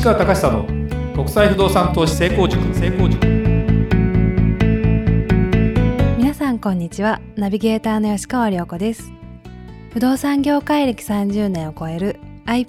市川隆久の国際不動産投資成功塾。 皆さんこんにちは。ナビゲーターの吉川亮子です。不動産業界歴30年を超える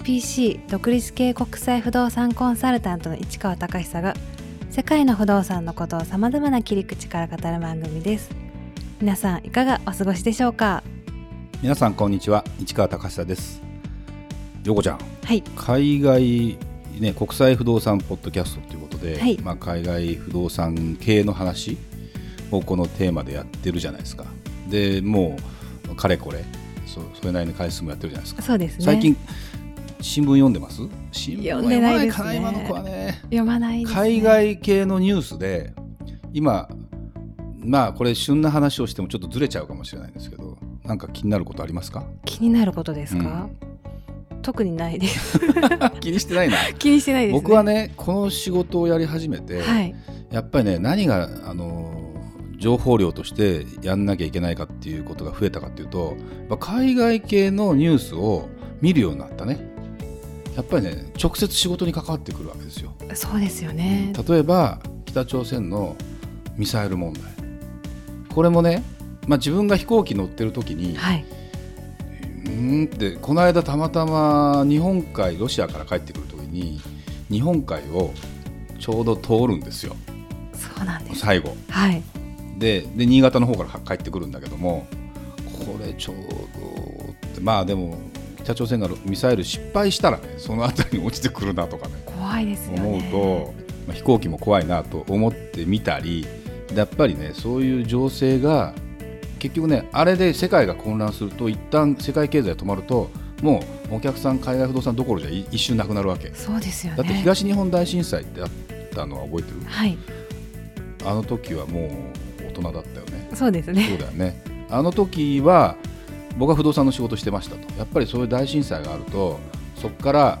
IPC 独立系国際不動産コンサルタントの市川隆久が世界の不動産のことをさまざまな切り口から語る番組です。皆さんいかがお過ごしでしょうか。 皆さんこんにちは、市川隆久です。陽子ちゃん、 はい、 海外、国際不動産ポッドキャストということで、 はい、 海外不動産系の話をこのテーマでやってるじゃないですか。でもうかれこれそれなりに回数もやってるじゃないですか。 そうですね。 最近新聞読んでます？新聞読んでないですね。 読まないかな、今の子はね。 読まないですね。 海外系のニュースで今これ旬な話をしてもちょっとずれちゃうかもしれないんですけど、なんか気になることありますか？ 気になることですか？特にないです気にしてないな。 気にしてないですね。 僕はね、この仕事をやり始めて、 はい、 やっぱりね、何が情報量としてやんなきゃいけないかっていうことが増えたかっていうと、海外系のニュースを見るようになったね。やっぱりね、直接仕事に関わってくるわけですよ。 そうですよね。 例えば北朝鮮のミサイル問題、これもね、自分が飛行機乗ってる時に、 はい、 ってこの間たまたま日本海、ロシアから帰ってくる時に日本海をちょうど通るんですよ。 そうなんです。 最後、 はい、 で新潟の方から帰ってくるんだけども、これちょうどって、でも北朝鮮がミサイル失敗したらね、その辺りに落ちてくるなとかね、 怖いですよね。 思うと、飛行機も怖いなと思ってみたり、やっぱりね、そういう情勢が結局ね、あれで世界が混乱すると、一旦世界経済が止まると、もうお客さん海外不動産どころじゃ一瞬なくなるわけ。 そうですよね。 だって東日本大震災ってあったのは覚えてる？ はい、 あの時はもう大人だったよね。 そうですね。 そうだよね。あの時は僕は不動産の仕事してましたと。やっぱりそういう大震災があると、そこから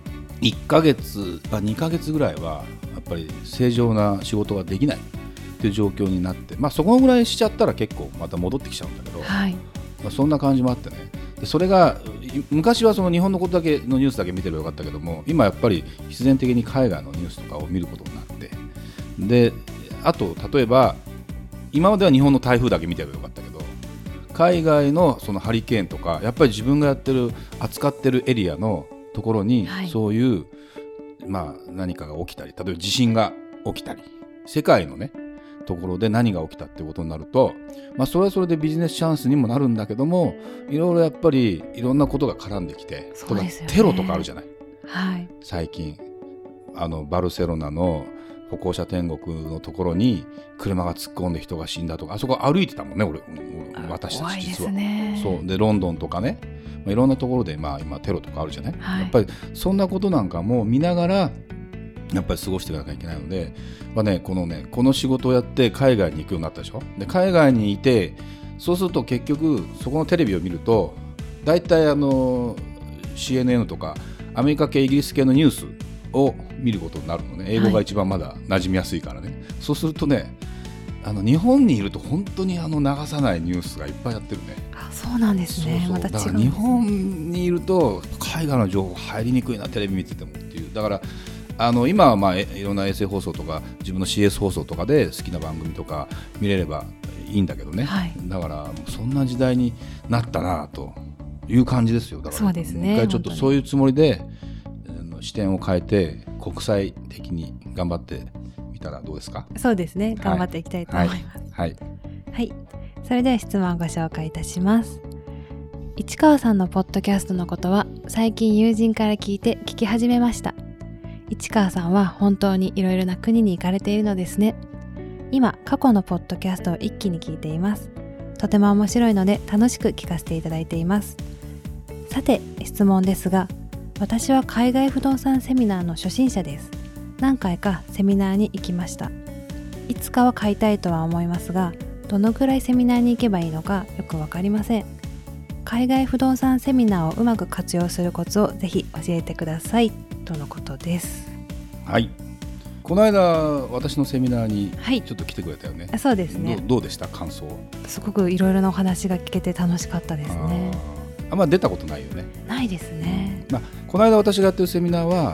1ヶ月2ヶ月ぐらいはやっぱり正常な仕事ができないっていう状況になって、そこぐらいしちゃったら結構また戻ってきちゃうんだけど、 はい、 そんな感じもあってね。でそれが昔はその日本のことだけのニュースだけ見てればよかったけども、今やっぱり必然的に海外のニュースとかを見ることになって、であと例えば今までは日本の台風だけ見てればよかったけど、海外のそのハリケーンとか、やっぱり自分が扱ってるエリアのところに、そういう何かが起きたり、例えば地震が起きたり、世界のねところで何が起きたってことになると、それはそれでビジネスチャンスにもなるんだけども、いろいろやっぱりいろんなことが絡んできて、 そうですよね、 テロとかあるじゃない、 はい、 最近バルセロナの歩行者天国のところに車が突っ込んで人が死んだとか、あそこ歩いてたもんね、私たち実は。怖いですね。そうでロンドンとかね、いろんなところで今テロとかあるじゃない、やっぱりそんなことなんかも見ながらやっぱり過ごしていかなきゃいけないので、この仕事をやって海外に行くようになったでしょ。で海外にいて、そうすると結局そこのテレビを見ると、だいたいCNN とかアメリカ系イギリス系のニュースを見ることになるのね。英語が一番まだ馴染みやすいからね、そうするとね、日本にいると本当に流さないニュースがいっぱいやってるね。 そうなんですね。 そうだから日本にいると海外の情報入りにくいな、テレビ見ててもっていう。だから今はいろんな衛星放送とか自分の CS 放送とかで好きな番組とか見れればいいんだけどね、はい、だからそんな時代になったなという感じですよ。だからそうですね、 一回ちょっとそういうつもりで視点を変えて国際的に頑張ってみたらどうですか？ そうですね、頑張っていきたいと思います。 はい、 はい、それでは質問をご紹介いたします。市川さんのポッドキャストのことは最近友人から聞いて聞き始めました。市川さんは本当にいろいろな国に行かれているのですね。今過去のポッドキャストを一気に聞いています。とても面白いので楽しく聞かせていただいています。さて質問ですが、私は海外不動産セミナーの初心者です。何回かセミナーに行きました。いつかは買いたいとは思いますが、どのくらいセミナーに行けばいいのかよくわかりません。海外不動産セミナーをうまく活用するコツをぜひ教えてくださいとのことです。 はい、この間私のセミナーにちょっと来てくれたよね、 はい、そうですね。 どうでした感想？ すごくいろいろなお話が聞けて楽しかったですね。 あんま出たことないよね。 ないですね。 この間私がやってるセミナーは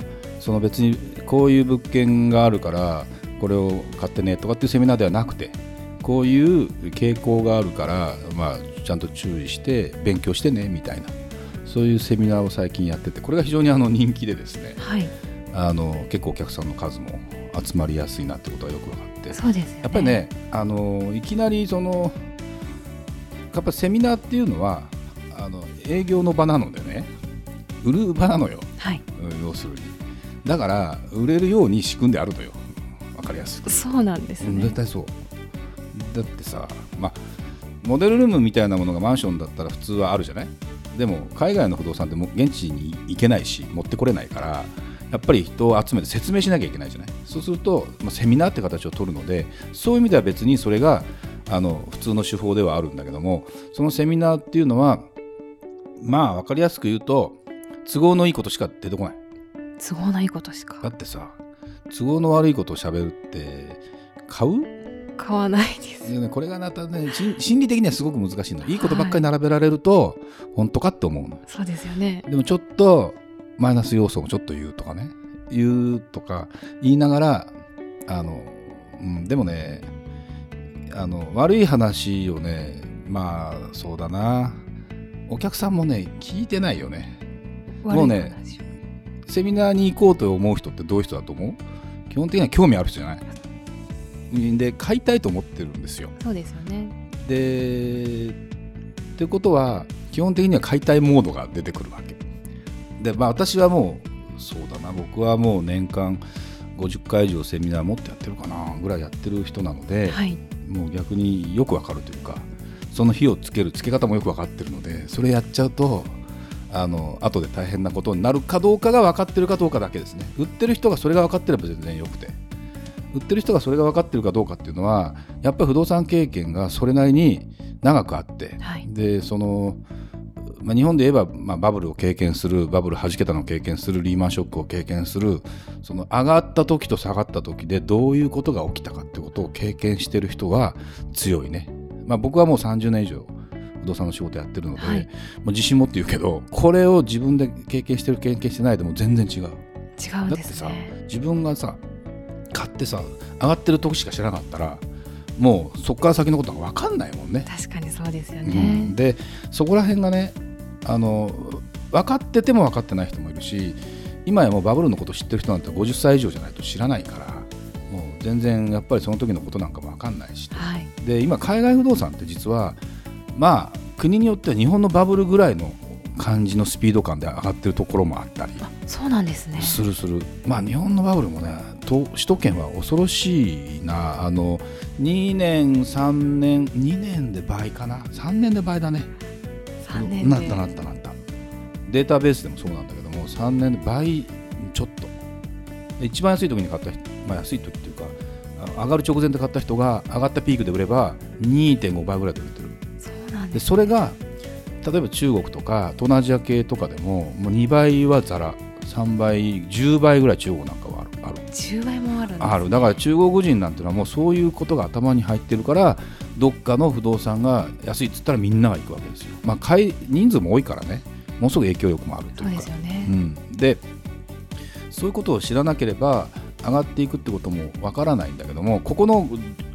その別にこういう物件があるからこれを買ってねとかっていうセミナーではなくて、こういう傾向があるから、ちゃんと注意して勉強してねみたいな、そういうセミナーを最近やってて、これが非常に人気でですね、 はい、 結構お客さんの数も集まりやすいなってことがよく分かって、 そうですよね、 やっぱりね、いきなりやっぱセミナーっていうのは営業の場なのでね、売る場なのよ、 はい、 要するにだから売れるように仕組んであるのよ、分かりやすく。 そうなんですね、 絶対そうだってさ、モデルルームみたいなものがマンションだったら普通はあるじゃない。でも海外の不動産っても現地に行けないし持ってこれないから、やっぱり人を集めて説明しなきゃいけないじゃない。そうすると、セミナーって形を取るので、そういう意味では別にそれが普通の手法ではあるんだけども、そのセミナーっていうのは分かりやすく言うと都合のいいことしか出てこない。 都合のいいことしか。 だってさ、都合の悪いことを喋るって買わないですよね。 これがまたね、心理的にはすごく難しいの。いいことばっかり並べられると、本当かって思うの。 そうですよね。 でもちょっとマイナス要素もちょっと言うとか言いながらでもね、悪い話をね、そうだな、お客さんもね聞いてないよね。もうね、セミナーに行こうと思う人ってどういう人だと思う？基本的には興味ある人じゃないで、買いたいと思ってるんですよ。 そうですよね。 でってことは基本的には買いたいモードが出てくるわけで、私はもうそうだな、僕はもう年間50回以上セミナーもってやってるかなぐらいやってる人なので、 はい、 もう逆によくわかるというか、その火をつけ方もよくわかってるので、それやっちゃうと後で大変なことになるかどうかが分かってるかどうかだけですね。売ってる人がそれが分かってれば全然よくて、売ってる人がそれが分かってるかどうかっていうのは、やっぱり不動産経験がそれなりに長くあって、 はい、 で日本で言えば、バブルを経験する、バブル弾けたのを経験する、リーマンショックを経験する、その上がった時と下がった時でどういうことが起きたかってことを経験してる人が強いね。僕はもう30年以上不動産の仕事やってるので、 はい、 もう自信持って言うけど、これを自分で経験してる経験してないでも全然違う。 違うんですね。 だってさ、自分がさ買ってさ上がってる時しか知らなかったら、もうそこから先のことが分かんないもんね。 確かにそうですよね、 でそこら辺がね、分かってても分かってない人もいるし、今やもうバブルのこと知ってる人なんて50歳以上じゃないと知らないから、もう全然やっぱりその時のことなんかも分かんないし、 はい、 で今海外不動産って実は国によっては日本のバブルぐらいの感じのスピード感で上がってるところもあったり。 そうなんですね。 する日本のバブルもね、首都圏は恐ろしいな。2年3年2年で倍かな、3年で倍だね。 3年でなったデータベースでもそうなんだけども、3年で倍ちょっと。一番安い時に買った人、安い時っていうか上がる直前で買った人が上がったピークで売れば 2.5 倍ぐらいで売れてる。 そうなんですね。 でそれが例えば中国とか東南アジア系とかでも、もう2倍はザラ、3倍10倍ぐらい中国なんかはある。 10倍もあるんですね。 ある。だから中国人なんてのはもうそういうことが頭に入ってるから、どっかの不動産が安いっつったらみんなが行くわけですよ。人数も多いからね、ものすごく影響力もあるというか。 そうですよね、 でそういうことを知らなければ上がっていくってこともわからないんだけども、この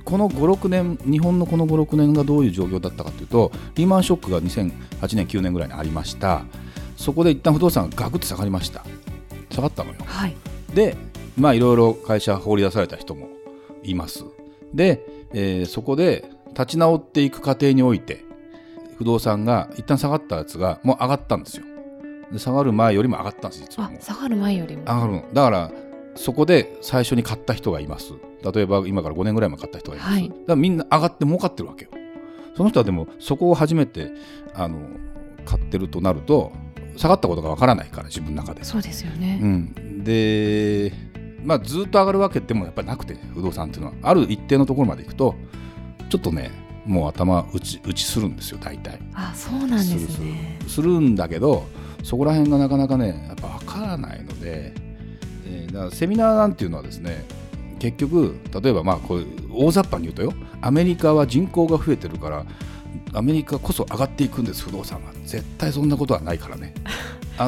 5,6 年、日本のこの 5,6 年がどういう状況だったかというと、リーマンショックが2008年9年ぐらいにありました。そこで一旦不動産がガクッと下がりました。下がったのよ、 はい、 でいろいろ会社放り出された人もいます。で、そこで立ち直っていく過程において、不動産が一旦下がったやつがもう上がったんですよ。で下がる前よりも上がったんです。実はもう下がる前よりも上がるの。だからそこで最初に買った人がいます。例えば今から5年ぐらい前買った人がいます、だからみんな上がって儲かってるわけよ。その人はでもそこを初めて買ってるとなると、下がったことがわからないから、自分の中で。 そうですよね、 でずっと上がるわけでもやっぱりなくて、不動産っていうのはある一定のところまで行くとちょっとね、もう頭打ちするんですよ、大体。 そうなんですね。 するんだけど、そこら辺がなかなかねやっぱ分からないので、だからセミナーなんていうのはですね、結局例えばこう大雑把に言うとよ、アメリカは人口が増えてるからアメリカこそ上がっていくんです、不動産が。絶対そんなことはないからね。 そ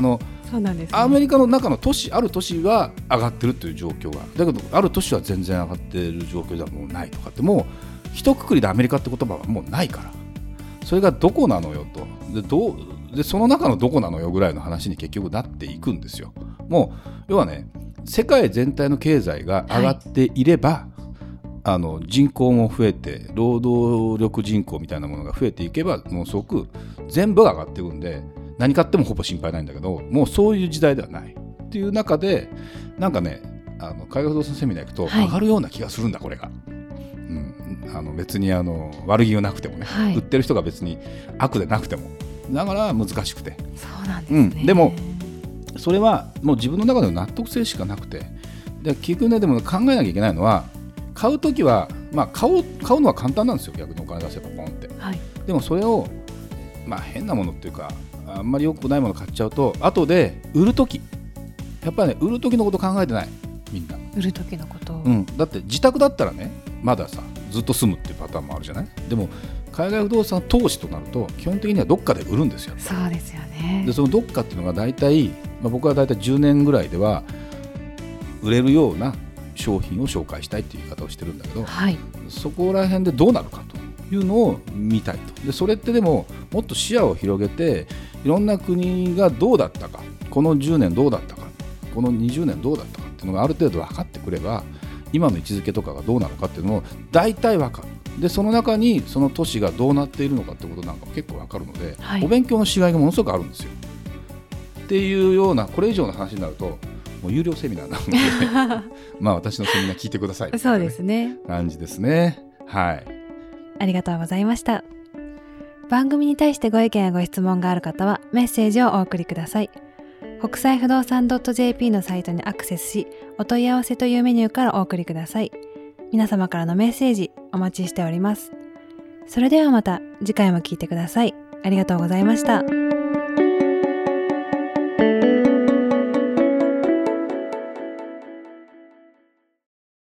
そうなんですね。 アメリカの中の都市、ある都市は上がってるという状況が、だけどある都市は全然上がってる状況ではもうないとかって、もう一括りでアメリカって言葉はもうないから、それがどこなのよと、でその中のどこなのよぐらいの話に結局なっていくんですよ。もう要はね、世界全体の経済が上がっていれば、人口も増えて労働力人口みたいなものが増えていけば、もうすごく全部が上がっていくんで、何買ってもほぼ心配ないんだけど、もうそういう時代ではないっていう中で、なんかね、海外不動産セミナー行くと上がるような気がするんだ、これが。別に悪気がなくてもね、売ってる人が別に悪でなくても、だから難しくて。 そうなんですね。 でもそれはもう自分の中での納得性しかなくて、で結局ね、でも考えなきゃいけないのは、買うときは、買うのは簡単なんですよ、逆にお金出せばポンって、でもそれを、変なものっていうか、あんまり良くないもの買っちゃうと、後で売るとき、やっぱりね、売るときのこと考えてない、みんな。 売るときのこと、 だって自宅だったらね、まださ、ずっと住むっていうパターンもあるじゃない。でも海外不動産投資となると、基本的にはどっかで売るんですよ。 そうですよね。 でそのどっかっていうのが大体、僕は大体10年ぐらいでは売れるような商品を紹介したいっていう言い方をしてるんだけど、そこら辺でどうなるかというのを見たいと。でそれってでももっと視野を広げて、いろんな国がどうだったか、この10年どうだったか、この20年どうだったかっていうのがある程度分かってくれば、今の位置づけとかがどうなのかっていうのも大体分かる。でその中にその都市がどうなっているのかってことなんかも結構分かるので、お勉強のしがいがものすごくあるんですよっていうような、これ以上の話になるともう有料セミナーなので私のセミナー聞いてください、 そうですね、 感じですね。はい、 ありがとうございました。番組に対してご意見やご質問がある方はメッセージをお送りください。国際不動産 .jp のサイトにアクセスし、お問い合わせというメニューからお送りください。皆様からのメッセージお待ちしております。それではまた次回も聞いてください。ありがとうございました。